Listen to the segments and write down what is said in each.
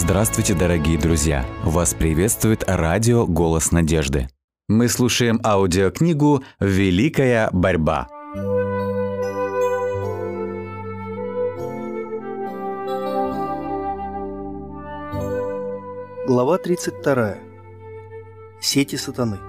Здравствуйте, дорогие друзья! Вас приветствует радио «Голос надежды». Мы слушаем аудиокнигу «Великая борьба». Глава 32. Сети сатаны.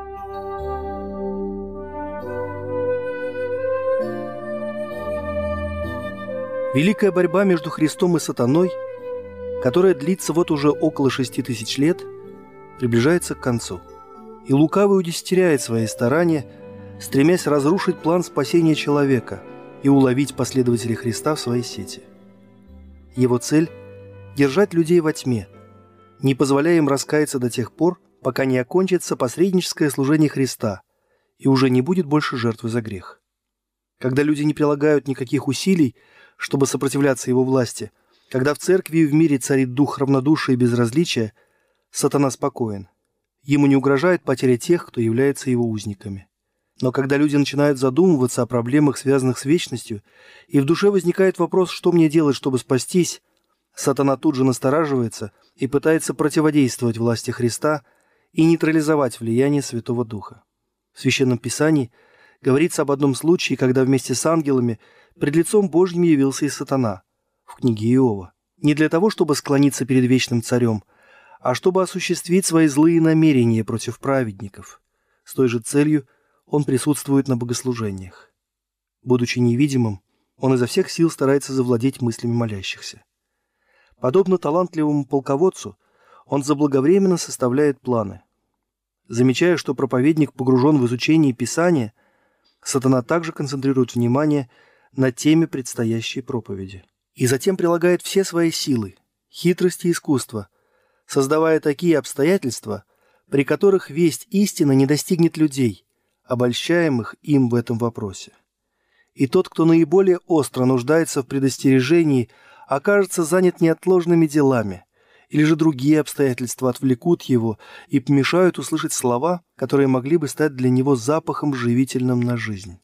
Великая борьба между Христом и сатаной, которая длится вот уже около 6000 лет, приближается к концу. И лукавый удесятеряет свои старания, стремясь разрушить план спасения человека и уловить последователей Христа в свои сети. Его цель – держать людей во тьме, не позволяя им раскаяться до тех пор, пока не окончится посредническое служение Христа и уже не будет больше жертвы за грех. Когда люди не прилагают никаких усилий, чтобы сопротивляться его власти, когда в церкви и в мире царит дух равнодушия и безразличия, сатана спокоен. Ему не угрожает потеря тех, кто является его узниками. Но когда люди начинают задумываться о проблемах, связанных с вечностью, и в душе возникает вопрос, что мне делать, чтобы спастись, сатана тут же настораживается и пытается противодействовать власти Христа и нейтрализовать влияние Святого Духа. В Священном Писании говорится об одном случае, когда вместе с ангелами пред лицом Божьим явился и сатана в книге Иова. Не для того, чтобы склониться перед вечным царем, а чтобы осуществить свои злые намерения против праведников. С той же целью он присутствует на богослужениях. Будучи невидимым, он изо всех сил старается завладеть мыслями молящихся. Подобно талантливому полководцу, он заблаговременно составляет планы. Замечая, что проповедник погружен в изучение Писания, сатана также концентрирует внимание на теме предстоящей проповеди. И затем прилагает все свои силы, хитрости и искусства, создавая такие обстоятельства, при которых весть истины не достигнет людей, обольщаемых им в этом вопросе. И тот, кто наиболее остро нуждается в предостережении, окажется занят неотложными делами, или же другие обстоятельства отвлекут его и помешают услышать слова, которые могли бы стать для него запахом живительным на жизнь.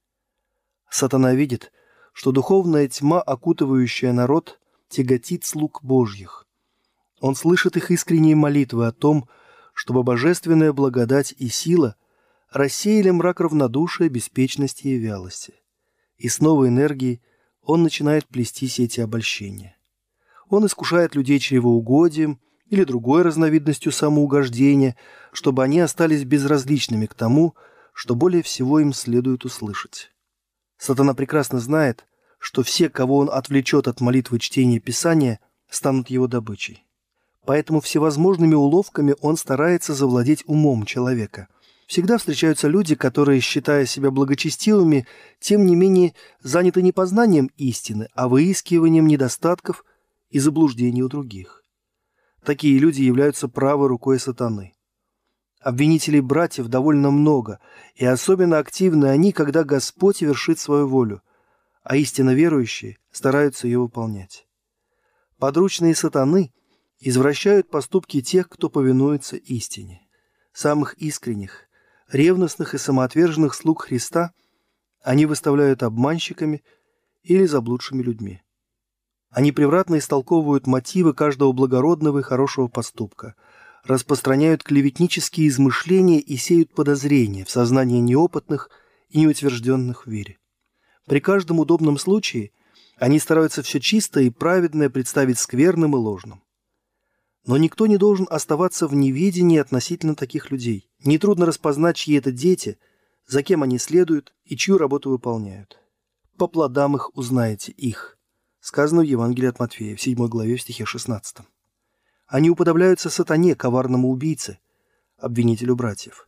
Сатана видит, что духовная тьма, окутывающая народ, тяготит слуг Божьих. Он слышит их искренние молитвы о том, чтобы божественная благодать и сила рассеяли мрак равнодушия, беспечности и вялости. И с новой энергией он начинает плести сети обольщения. Он искушает людей чревоугодием или другой разновидностью самоугождения, чтобы они остались безразличными к тому, что более всего им следует услышать. Сатана прекрасно знает, что все, кого он отвлечет от молитвы чтения Писания, станут его добычей. Поэтому всевозможными уловками он старается завладеть умом человека. Всегда встречаются люди, которые, считая себя благочестивыми, тем не менее заняты не познанием истины, а выискиванием недостатков и заблуждений у других. Такие люди являются правой рукой сатаны. Обвинителей братьев довольно много, и особенно активны они, когда Господь вершит свою волю, а истинно верующие стараются ее выполнять. Подручные сатаны извращают поступки тех, кто повинуется истине. Самых искренних, ревностных и самоотверженных слуг Христа они выставляют обманщиками или заблудшими людьми. Они превратно истолковывают мотивы каждого благородного и хорошего поступка, распространяют клеветнические измышления и сеют подозрения в сознании неопытных и неутвержденных в вере. При каждом удобном случае они стараются все чистое и праведное представить скверным и ложным. Но никто не должен оставаться в неведении относительно таких людей. Нетрудно распознать, чьи это дети, за кем они следуют и чью работу выполняют. «По плодам их узнаете их», сказано в Евангелии от Матфея, в 7 главе, в стихе 16. Они уподобляются сатане, коварному убийце, обвинителю братьев.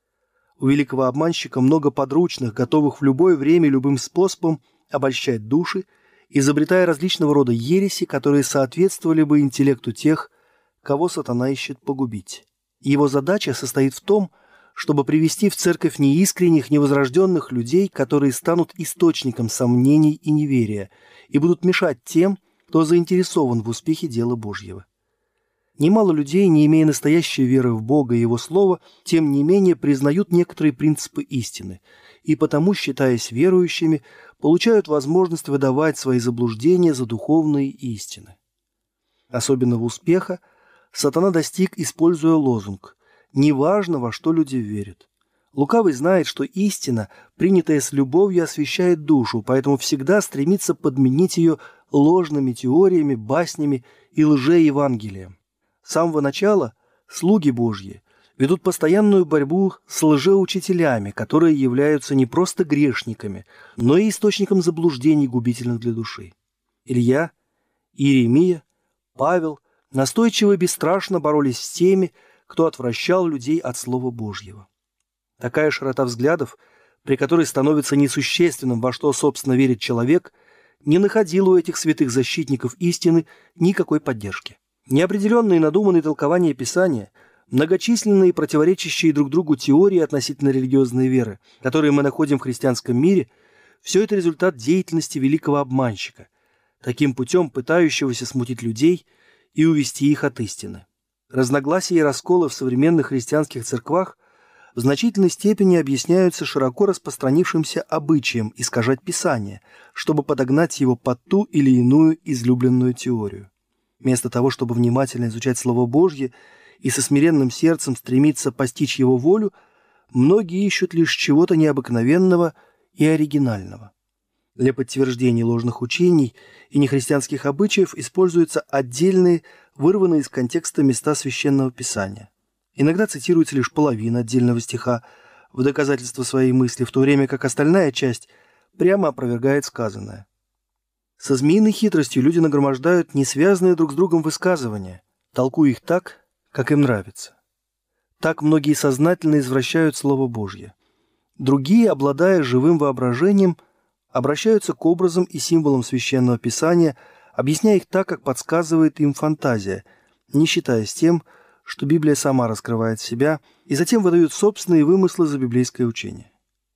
У великого обманщика много подручных, готовых в любое время любым способом обольщать души, изобретая различного рода ереси, которые соответствовали бы интеллекту тех, кого сатана ищет погубить. Его задача состоит в том, чтобы привести в церковь неискренних, невозрожденных людей, которые станут источником сомнений и неверия и будут мешать тем, кто заинтересован в успехе дела Божьего. Немало людей, не имея настоящей веры в Бога и Его Слово, тем не менее признают некоторые принципы истины и потому, считаясь верующими, получают возможность выдавать свои заблуждения за духовные истины. Особенного успеха сатана достиг, используя лозунг «Неважно, во что люди верят». Лукавый знает, что истина, принятая с любовью, освящает душу, поэтому всегда стремится подменить ее ложными теориями, баснями и лжеевангелием. С самого начала слуги Божьи ведут постоянную борьбу с лжеучителями, которые являются не просто грешниками, но и источником заблуждений, губительных для души. Илья, Иеремия, Павел настойчиво и бесстрашно боролись с теми, кто отвращал людей от Слова Божьего. Такая широта взглядов, при которой становится несущественным, во что, собственно, верит человек, не находила у этих святых защитников истины никакой поддержки. Неопределенные и надуманные толкования Писания, многочисленные и противоречащие друг другу теории относительно религиозной веры, которые мы находим в христианском мире, все это результат деятельности великого обманщика, таким путем пытающегося смутить людей и увести их от истины. Разногласия и расколы в современных христианских церквах в значительной степени объясняются широко распространившимся обычаем искажать Писание, чтобы подогнать его под ту или иную излюбленную теорию. Вместо того, чтобы внимательно изучать Слово Божье и со смиренным сердцем стремиться постичь его волю, многие ищут лишь чего-то необыкновенного и оригинального. Для подтверждения ложных учений и нехристианских обычаев используются отдельные, вырванные из контекста места Священного Писания. Иногда цитируется лишь половина отдельного стиха в доказательство своей мысли, в то время как остальная часть прямо опровергает сказанное. Со змеиной хитростью люди нагромождают несвязанные друг с другом высказывания, толкуя их так, как им нравится. Так многие сознательно извращают Слово Божье. Другие, обладая живым воображением, обращаются к образам и символам Священного Писания, объясняя их так, как подсказывает им фантазия, не считаясь тем, что Библия сама раскрывает себя, и затем выдают собственные вымыслы за библейское учение.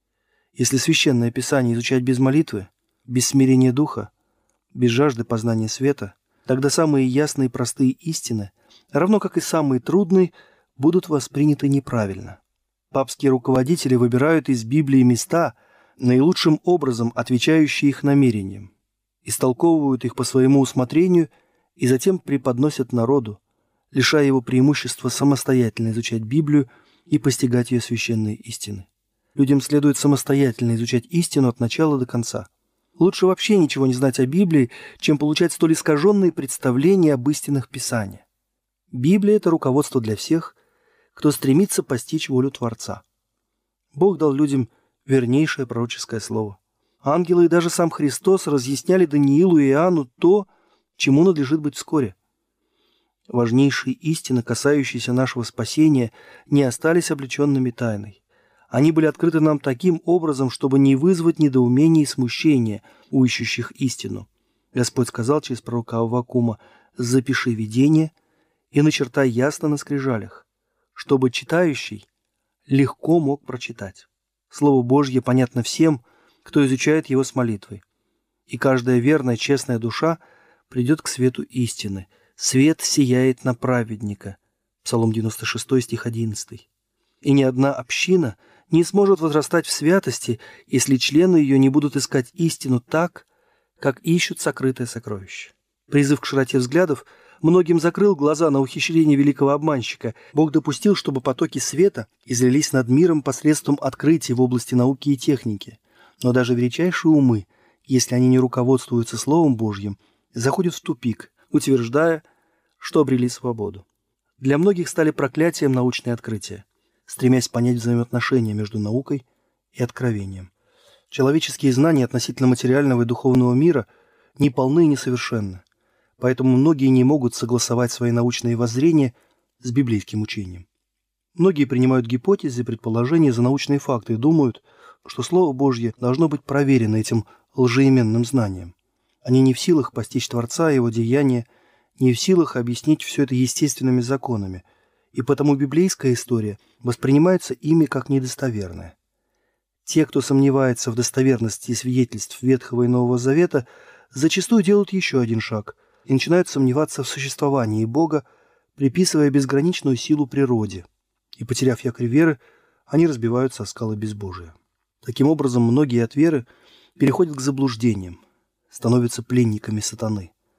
Если Священное Писание изучать без молитвы, без смирения духа, без жажды познания света, тогда самые ясные и простые истины, равно как и самые трудные, будут восприняты неправильно. Папские руководители выбирают из Библии места, наилучшим образом отвечающие их намерениям, истолковывают их по своему усмотрению и затем преподносят народу, лишая его преимущества самостоятельно изучать Библию и постигать ее священные истины. Людям следует самостоятельно изучать истину от начала до конца. Лучше вообще ничего не знать о Библии, чем получать столь искаженные представления об истинах Писания. Библия – это руководство для всех, кто стремится постичь волю Творца. Бог дал людям вернейшее пророческое слово. Ангелы и даже сам Христос разъясняли Даниилу и Иоанну то, чему надлежит быть вскоре. Важнейшие истины, касающиеся нашего спасения, не остались облеченными тайной. Они были открыты нам таким образом, чтобы не вызвать недоумения и смущения у ищущих истину. Господь сказал через пророка Аввакума: «Запиши видение и начертай ясно на скрижалях, чтобы читающий легко мог прочитать». Слово Божье понятно всем, кто изучает его с молитвой. И каждая верная, честная душа придет к свету истины. «Свет сияет на праведника» Псалом 96, стих 11. И ни одна община не сможет возрастать в святости, если члены ее не будут искать истину так, как ищут сокрытое сокровище. Призыв к широте взглядов многим закрыл глаза на ухищрение великого обманщика. Бог допустил, чтобы потоки света излились над миром посредством открытий в области науки и техники. Но даже величайшие умы, если они не руководствуются Словом Божьим, заходят в тупик, утверждая, что обрели свободу. Для многих стали проклятием научные открытия, стремясь понять взаимоотношения между наукой и откровением. Человеческие знания относительно материального и духовного мира неполны и несовершенны, поэтому многие не могут согласовать свои научные воззрения с библейским учением. Многие принимают гипотезы и предположения за научные факты и думают, что Слово Божье должно быть проверено этим лжеименным знанием. Они не в силах постичь Творца и Его деяния, не в силах объяснить все это естественными законами, и потому библейская история воспринимается ими как недостоверная. Те, кто сомневается в достоверности свидетельств Ветхого и Нового Завета, зачастую делают еще один шаг и начинают сомневаться в существовании Бога, приписывая безграничную силу природе, и, потеряв якорь веры, они разбиваются о скалы безбожия. Таким образом, многие от веры переходят к заблуждениям, становятся пленниками сатаны.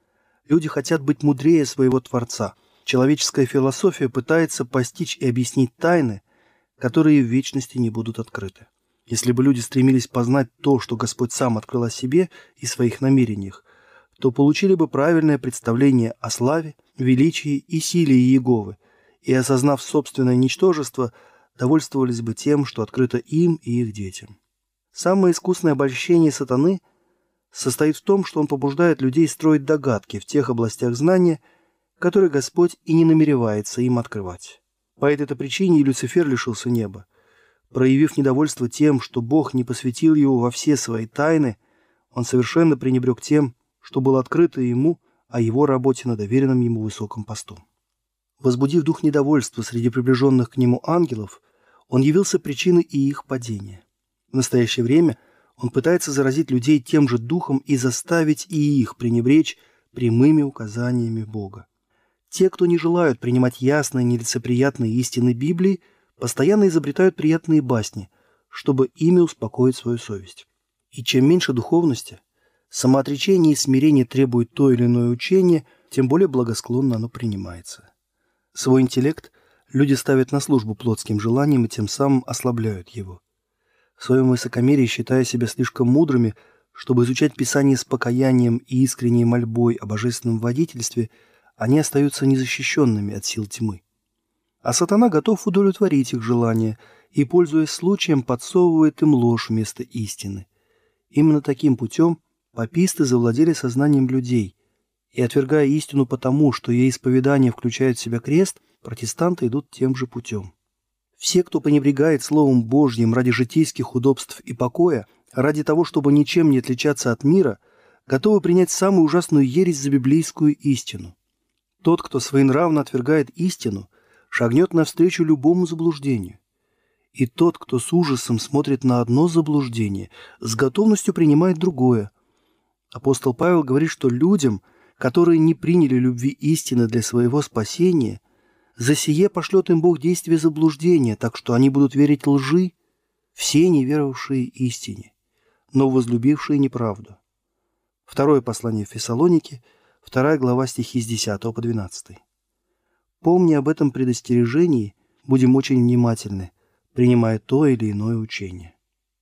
Люди хотят быть мудрее своего Творца. Человеческая философия пытается постичь и объяснить тайны, которые в вечности не будут открыты. Если бы люди стремились познать то, что Господь сам открыл о себе и своих намерениях, то получили бы правильное представление о славе, величии и силе Иеговы, и, осознав собственное ничтожество, довольствовались бы тем, что открыто им и их детям. Самое искусное обольщение сатаны состоит в том, что он побуждает людей строить догадки в тех областях знания, которые Господь и не намеревается им открывать. По этой причине и Люцифер лишился неба. Проявив недовольство тем, что Бог не посвятил его во все свои тайны, он совершенно пренебрег тем, что было открыто ему о его работе на доверенном ему высоком посту. Возбудив дух недовольства среди приближенных к нему ангелов, он явился причиной и их падения. В настоящее время он пытается заразить людей тем же духом и заставить и их пренебречь прямыми указаниями Бога. Те, кто не желают принимать ясные, нелицеприятные истины Библии, постоянно изобретают приятные басни, чтобы ими успокоить свою совесть. И чем меньше духовности, самоотречение и смирение требует то или иное учение, тем более благосклонно оно принимается. Свой интеллект люди ставят на службу плотским желаниям и тем самым ослабляют его. В своем высокомерии, считая себя слишком мудрыми, чтобы изучать Писание с покаянием и искренней мольбой о божественном водительстве, они остаются незащищенными от сил тьмы. А сатана готов удовлетворить их желания и, пользуясь случаем, подсовывает им ложь вместо истины. Именно таким путем паписты завладели сознанием людей, и, отвергая истину потому, что ее исповедание включает в себя крест, протестанты идут тем же путем. Все, кто пренебрегает Словом Божьим ради житейских удобств и покоя, ради того, чтобы ничем не отличаться от мира, готовы принять самую ужасную ересь за библейскую истину. Тот, кто своенравно отвергает истину, шагнет навстречу любому заблуждению. И тот, кто с ужасом смотрит на одно заблуждение, с готовностью принимает другое. Апостол Павел говорит, что людям, которые не приняли любви истины для своего спасения, за сие пошлет им Бог действие заблуждения, так что они будут верить лжи, все не веровавшие истине, но возлюбившие неправду. Второе послание в Фессалоники, 2 глава, стихи с 10 по 12. Помни об этом предостережении, будем очень внимательны, принимая то или иное учение.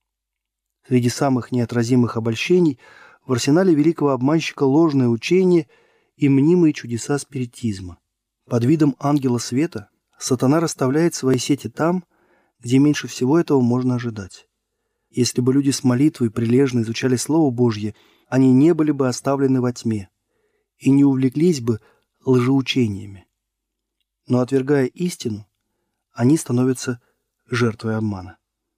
Среди самых неотразимых обольщений в арсенале великого обманщика ложное учение и мнимые чудеса спиритизма. Под видом ангела света сатана расставляет свои сети там, где меньше всего этого можно ожидать. Если бы люди с молитвой прилежно изучали Слово Божье, они не были бы оставлены во тьме и не увлеклись бы лжеучениями. Но, отвергая истину, они становятся жертвой обмана.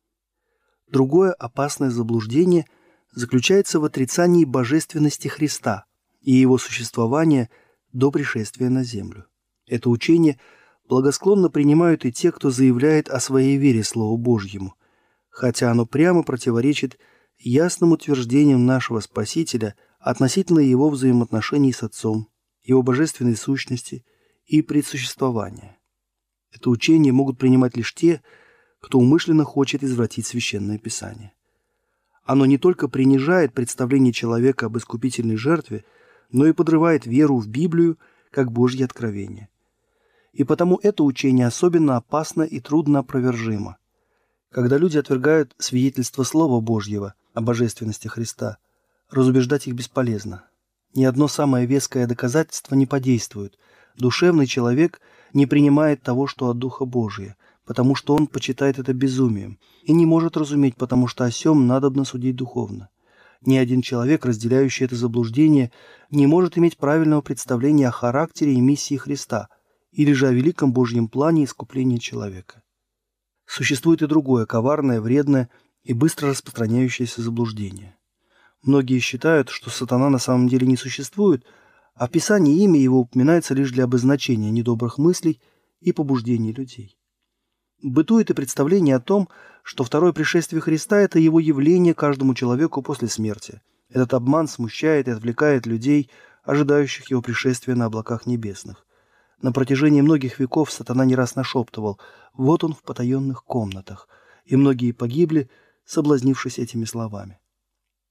Другое опасное заблуждение заключается в отрицании божественности Христа и его существования до пришествия на землю. Это учение благосклонно принимают и те, кто заявляет о своей вере Слову Божьему, хотя оно прямо противоречит ясным утверждениям нашего Спасителя относительно его взаимоотношений с Отцом, его божественной сущности и предсуществования. Это учение могут принимать лишь те, кто умышленно хочет извратить Священное Писание. Оно не только принижает представление человека об искупительной жертве, но и подрывает веру в Библию как Божье откровение. И потому это учение особенно опасно и трудно опровержимо. Когда люди отвергают свидетельство Слова Божьего о божественности Христа, разубеждать их бесполезно. Ни одно самое веское доказательство не подействует. Душевный человек не принимает того, что от Духа Божия, потому что он почитает это безумием, и не может разуметь, потому что о сем надобно судить духовно. Ни один человек, разделяющий это заблуждение, не может иметь правильного представления о характере и миссии Христа или же о великом Божьем плане искупления человека. Существует и другое, коварное, вредное и быстро распространяющееся заблуждение. Многие считают, что сатана на самом деле не существует, а в Писании имя его упоминается лишь для обозначения недобрых мыслей и побуждений людей. Бытует и представление о том, что второе пришествие Христа – это его явление каждому человеку после смерти. Этот обман смущает и отвлекает людей, ожидающих его пришествия на облаках небесных. На протяжении многих веков сатана не раз нашептывал: «Вот он в потаенных комнатах», и многие погибли, соблазнившись этими словами.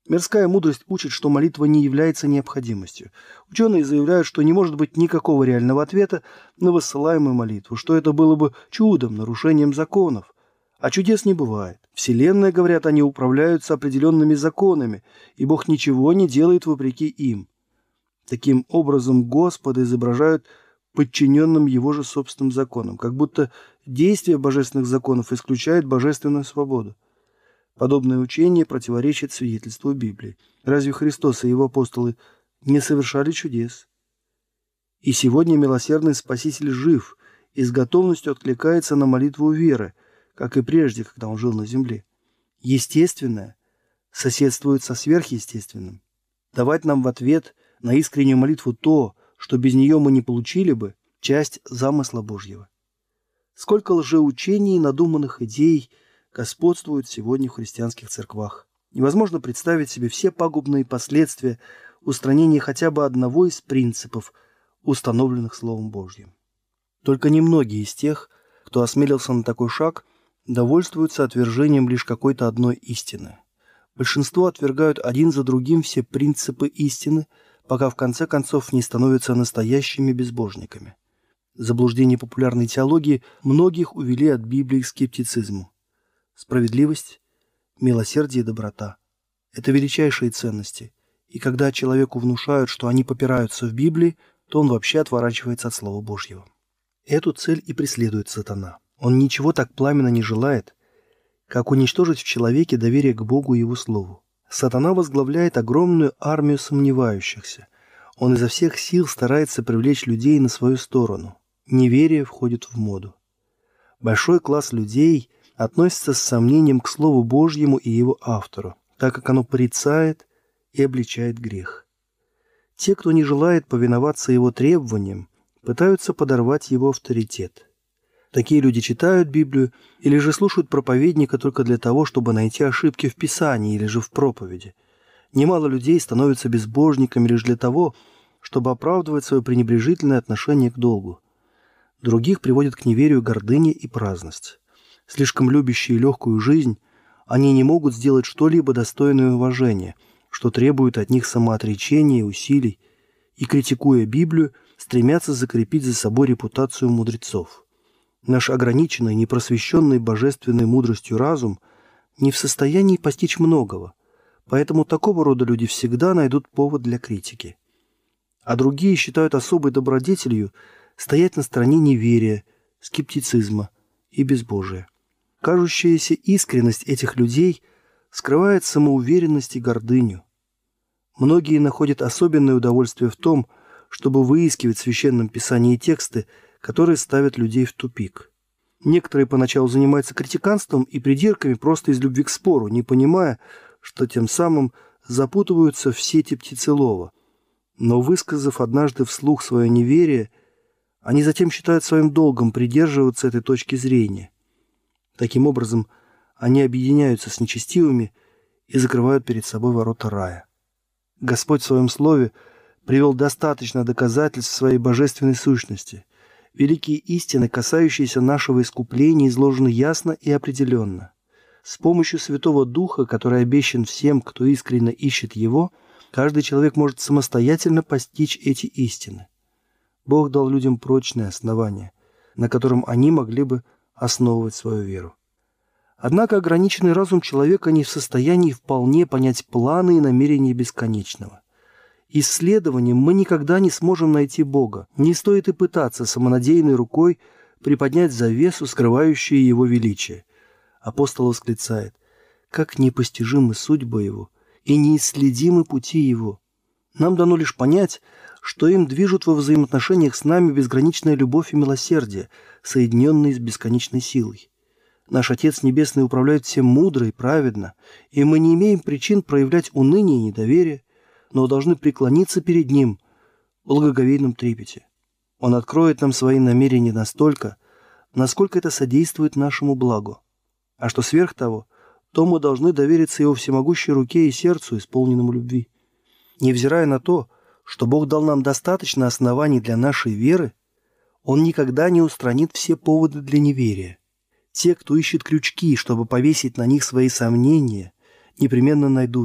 Мирская мудрость учит, что молитва не является необходимостью. Ученые заявляют, что не может быть никакого реального ответа на высылаемую молитву, что это было бы чудом, нарушением законов. А чудес не бывает. Вселенная, говорят они, управляются определенными законами, и Бог ничего не делает вопреки им. Таким образом, Господа изображают подчиненным Его же собственным законам, как будто действие божественных законов исключает божественную свободу. Подобное учение противоречит свидетельству Библии. Разве Христос и Его апостолы не совершали чудес? И сегодня милосердный Спаситель жив и с готовностью откликается на молитву веры, как и прежде, когда Он жил на земле. Естественное соседствует со сверхъестественным. Давать нам в ответ на искреннюю молитву то, что без нее мы не получили бы, часть замысла Божьего. Сколько лжеучений и надуманных идей господствуют сегодня в христианских церквах. Невозможно представить себе все пагубные последствия устранения хотя бы одного из принципов, установленных Словом Божьим. Только немногие из тех, кто осмелился на такой шаг, довольствуются отвержением лишь какой-то одной истины. Большинство отвергают один за другим все принципы истины, пока в конце концов не становятся настоящими безбожниками. Заблуждения популярной теологии многих увели от Библии к скептицизму. Справедливость, милосердие и доброта – это величайшие ценности, и когда человеку внушают, что они попираются в Библии, то он вообще отворачивается от Слова Божьего. Эту цель и преследует сатана. Он ничего так пламенно не желает, как уничтожить в человеке доверие к Богу и Его Слову. Сатана возглавляет огромную армию сомневающихся. Он изо всех сил старается привлечь людей на свою сторону. Неверие входит в моду. Большой класс людей относится с сомнением к Слову Божьему и его автору, так как оно порицает и обличает грех. Те, кто не желает повиноваться его требованиям, пытаются подорвать его авторитет. Такие люди читают Библию или же слушают проповедника только для того, чтобы найти ошибки в Писании или же в проповеди. Немало людей становятся безбожниками лишь для того, чтобы оправдывать свое пренебрежительное отношение к долгу. Других приводят к неверию гордыня и праздность. Слишком любящие легкую жизнь, они не могут сделать что-либо достойное уважения, что требует от них самоотречения и усилий, и, критикуя Библию, стремятся закрепить за собой репутацию мудрецов. Наш ограниченный, непросвещенный божественной мудростью разум не в состоянии постичь многого, поэтому такого рода люди всегда найдут повод для критики. А другие считают особой добродетелью стоять на стороне неверия, скептицизма и безбожия. Кажущаяся искренность этих людей скрывает самоуверенность и гордыню. Многие находят особенное удовольствие в том, чтобы выискивать в Священном Писании тексты, которые ставят людей в тупик. Некоторые поначалу занимаются критиканством и придирками просто из любви к спору, не понимая, что тем самым запутываются в сети птицелова. Но, высказав однажды вслух свое неверие, они затем считают своим долгом придерживаться этой точки зрения. Таким образом, они объединяются с нечестивыми и закрывают перед собой ворота рая. Господь в Своем Слове привел достаточно доказательств своей божественной сущности. Великие истины, касающиеся нашего искупления, изложены ясно и определенно. С помощью Святого Духа, который обещан всем, кто искренне ищет Его, каждый человек может самостоятельно постичь эти истины. Бог дал людям прочное основание, на котором они могли бы основывать свою веру. Однако ограниченный разум человека не в состоянии вполне понять планы и намерения бесконечного. Исследованием мы никогда не сможем найти Бога. Не стоит и пытаться самонадеянной рукой приподнять завесу, скрывающую Его величие. Апостол восклицает: «Как непостижимы судьбы Его и неисследимы пути Его». Нам дано лишь понять, что им движут во взаимоотношениях с нами безграничная любовь и милосердие, соединенные с бесконечной силой. Наш Отец Небесный управляет всем мудро и праведно, и мы не имеем причин проявлять уныние и недоверие, но должны преклониться перед Ним в благоговейном трепете. Он откроет нам свои намерения настолько, насколько это содействует нашему благу. А что сверх того, то мы должны довериться Его всемогущей руке и сердцу, исполненному любви. Невзирая на то, что Бог дал нам достаточно оснований для нашей веры, Он никогда не устранит все поводы для неверия. Те, кто ищет крючки, чтобы повесить на них свои сомнения, непременно найдут их.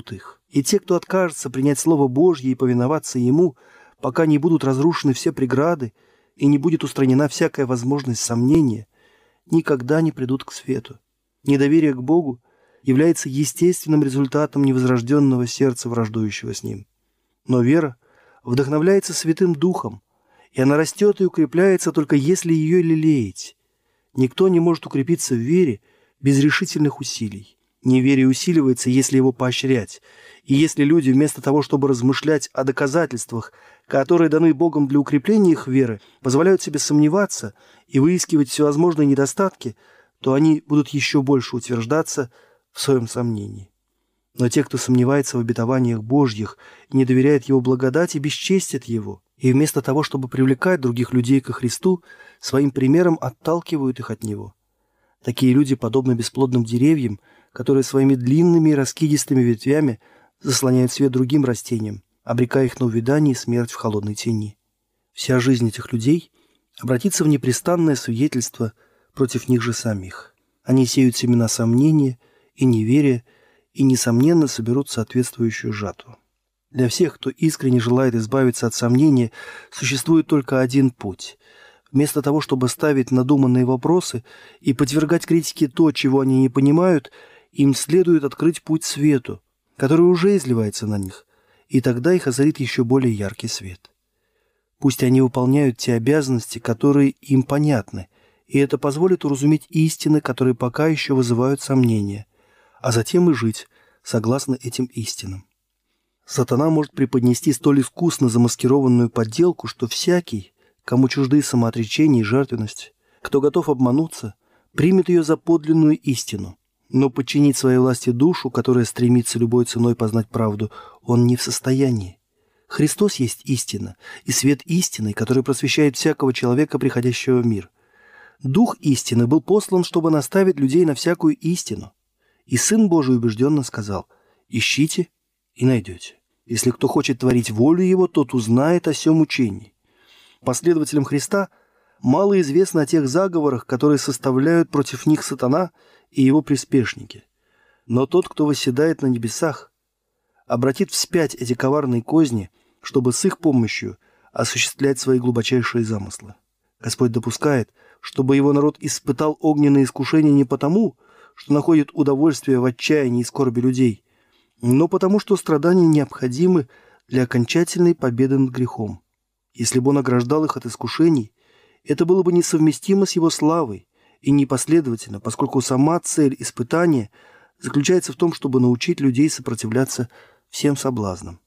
И те, кто откажется принять Слово Божье и повиноваться Ему, пока не будут разрушены все преграды и не будет устранена всякая возможность сомнения, никогда не придут к свету. Недоверие к Богу является естественным результатом невозрожденного сердца, враждующего с Ним. Но вера вдохновляется Святым Духом, и она растет и укрепляется только если ее лелеять. Никто не может укрепиться в вере без решительных усилий. Неверие усиливается, если его поощрять. И если люди вместо того, чтобы размышлять о доказательствах, которые даны Богом для укрепления их веры, позволяют себе сомневаться и выискивать всевозможные недостатки, то они будут еще больше утверждаться в своем сомнении. Но те, кто сомневается в обетованиях Божьих, не доверяет Его благодати, бесчестят Его. И вместо того, чтобы привлекать других людей ко Христу, своим примером отталкивают их от Него. Такие люди подобны бесплодным деревьям, которые своими длинными и раскидистыми ветвями заслоняют свет другим растениям, обрекая их на увядание и смерть в холодной тени. Вся жизнь этих людей обратится в непрестанное свидетельство против них же самих. Они сеют семена сомнения и неверия, и, несомненно, соберут соответствующую жатву. Для всех, кто искренне желает избавиться от сомнения, существует только один путь. Вместо того, чтобы ставить надуманные вопросы и подвергать критике то, чего они не понимают, им следует открыть путь свету, который уже изливается на них, и тогда их озарит еще более яркий свет. Пусть они выполняют те обязанности, которые им понятны, и это позволит уразуметь истины, которые пока еще вызывают сомнения, а затем и жить согласно этим истинам. Сатана может преподнести столь искусно замаскированную подделку, что всякий, кому чужды самоотречение и жертвенность, кто готов обмануться, примет ее за подлинную истину. Но подчинить своей власти душу, которая стремится любой ценой познать правду, он не в состоянии. Христос есть истина, и свет истины, который просвещает всякого человека, приходящего в мир. Дух истины был послан, чтобы наставить людей на всякую истину. И Сын Божий убежденно сказал: «Ищите и найдете. Если кто хочет творить волю Его, тот узнает о сем учении». Последователям Христа мало известно о тех заговорах, которые составляют против них сатана и его приспешники. Но тот, кто восседает на небесах, обратит вспять эти коварные козни, чтобы с их помощью осуществлять свои глубочайшие замыслы. Господь допускает, чтобы его народ испытал огненные искушения не потому, что находит удовольствие в отчаянии и скорби людей, но потому, что страдания необходимы для окончательной победы над грехом. Если бы он ограждал их от искушений, это было бы несовместимо с его славой и непоследовательно, поскольку сама цель испытания заключается в том, чтобы научить людей сопротивляться всем соблазнам.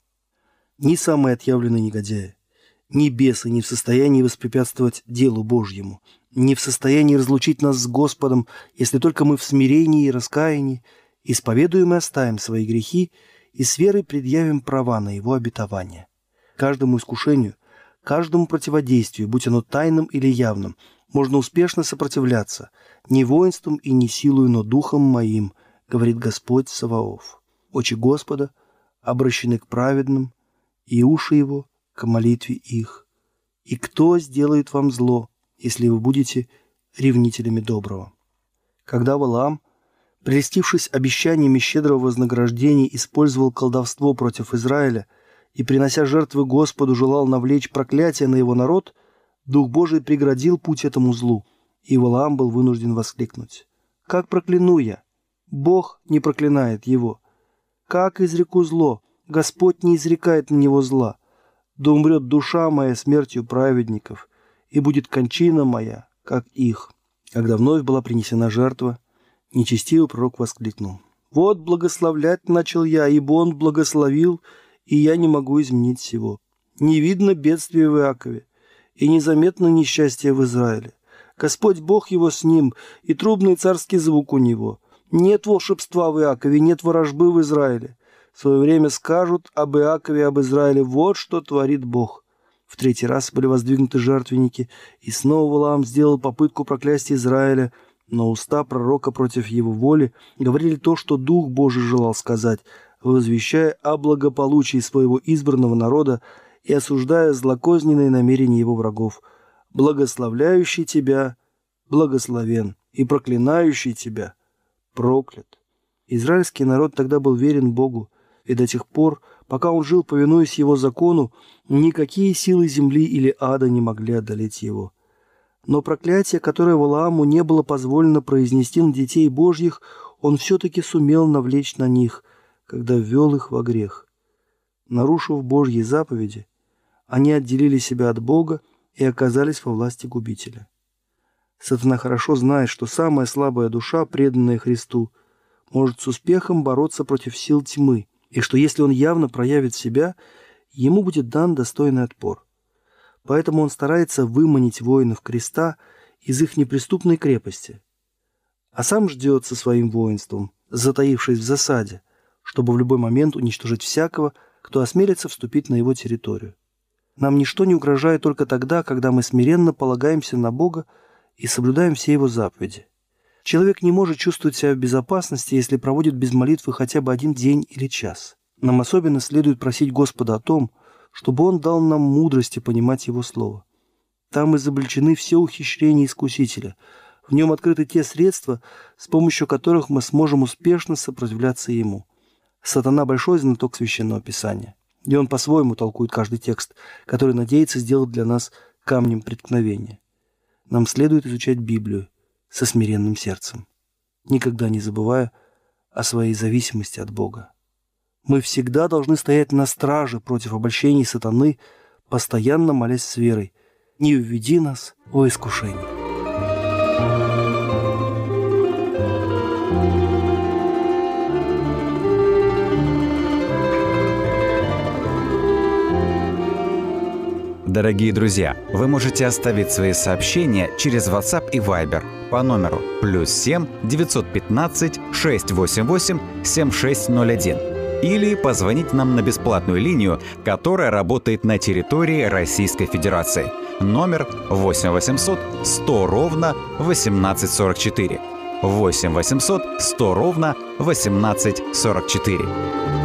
Ни самые отъявленные негодяи, ни бесы не в состоянии воспрепятствовать делу Божьему, не в состоянии разлучить нас с Господом, если только мы в смирении и раскаянии исповедуем и оставим свои грехи и с верой предъявим права на Его обетование. Каждому искушению, каждому противодействию, будь оно тайным или явным, можно успешно сопротивляться не воинством и не силою, но духом моим, говорит Господь Саваоф. Очи Господа обращены к праведным, и уши Его к молитве их. И кто сделает вам зло, если вы будете ревнителями доброго? Когда Валаам, прельстившись обещаниями щедрого вознаграждения, использовал колдовство против Израиля и, принося жертвы Господу, желал навлечь проклятие на его народ, Дух Божий преградил путь этому злу, и Валаам был вынужден воскликнуть: «Как прокляну я? Бог не проклинает его. Как изреку зло? Господь не изрекает на него зла. Да умрет душа моя смертью праведников, и будет кончина моя, как их». Когда вновь была принесена жертва, нечестивый пророк воскликнул: «Вот благословлять начал я, ибо он благословил, и я не могу изменить всего. Не видно бедствия в Иакове, и незаметно несчастье в Израиле. Господь Бог его с ним, и трубный царский звук у него. Нет волшебства в Иакове, нет ворожбы в Израиле. В свое время скажут об Иакове, об Израиле: вот что творит Бог». В третий раз были воздвигнуты жертвенники, и снова Валаам сделал попытку проклясть Израиля, но уста пророка против его воли говорили то, что Дух Божий желал сказать, возвещая о благополучии своего избранного народа и осуждая злокозненные намерения его врагов. «Благословляющий тебя благословен, и проклинающий тебя проклят». Израильский народ тогда был верен Богу, И до тех пор, пока он жил, повинуясь его закону, никакие силы земли или ада не могли одолеть его. Но проклятие, которое Валааму не было позволено произнести на детей Божьих, он все-таки сумел навлечь на них, когда ввел их во грех. Нарушив Божьи заповеди, они отделили себя от Бога и оказались во власти губителя. Сатана хорошо знает, что самая слабая душа, преданная Христу, может с успехом бороться против сил тьмы, и что если он явно проявит себя, ему будет дан достойный отпор. Поэтому он старается выманить воинов креста из их неприступной крепости, а сам ждет со своим воинством, затаившись в засаде, чтобы в любой момент уничтожить всякого, кто осмелится вступить на его территорию. Нам ничто не угрожает только тогда, когда мы смиренно полагаемся на Бога и соблюдаем все его заповеди. Человек не может чувствовать себя в безопасности, если проводит без молитвы хотя бы один день или час. Нам особенно следует просить Господа о том, чтобы Он дал нам мудрости понимать Его Слово. Там изобличены все ухищрения искусителя. В нем открыты те средства, с помощью которых мы сможем успешно сопротивляться Ему. Сатана – большой знаток Священного Писания, и он по-своему толкует каждый текст, который надеется сделать для нас камнем преткновения. Нам следует изучать Библию со смиренным сердцем, никогда не забывая о своей зависимости от Бога. Мы всегда должны стоять на страже против обольщений сатаны, постоянно молясь с верой: «Не введи нас во искушение». Дорогие друзья, вы можете оставить свои сообщения через WhatsApp и Viber по номеру +7 915 688 7601 или позвонить нам на бесплатную линию, которая работает на территории Российской Федерации. Номер 8 800 100 ровно 1844. 8 800 100 ровно 1844.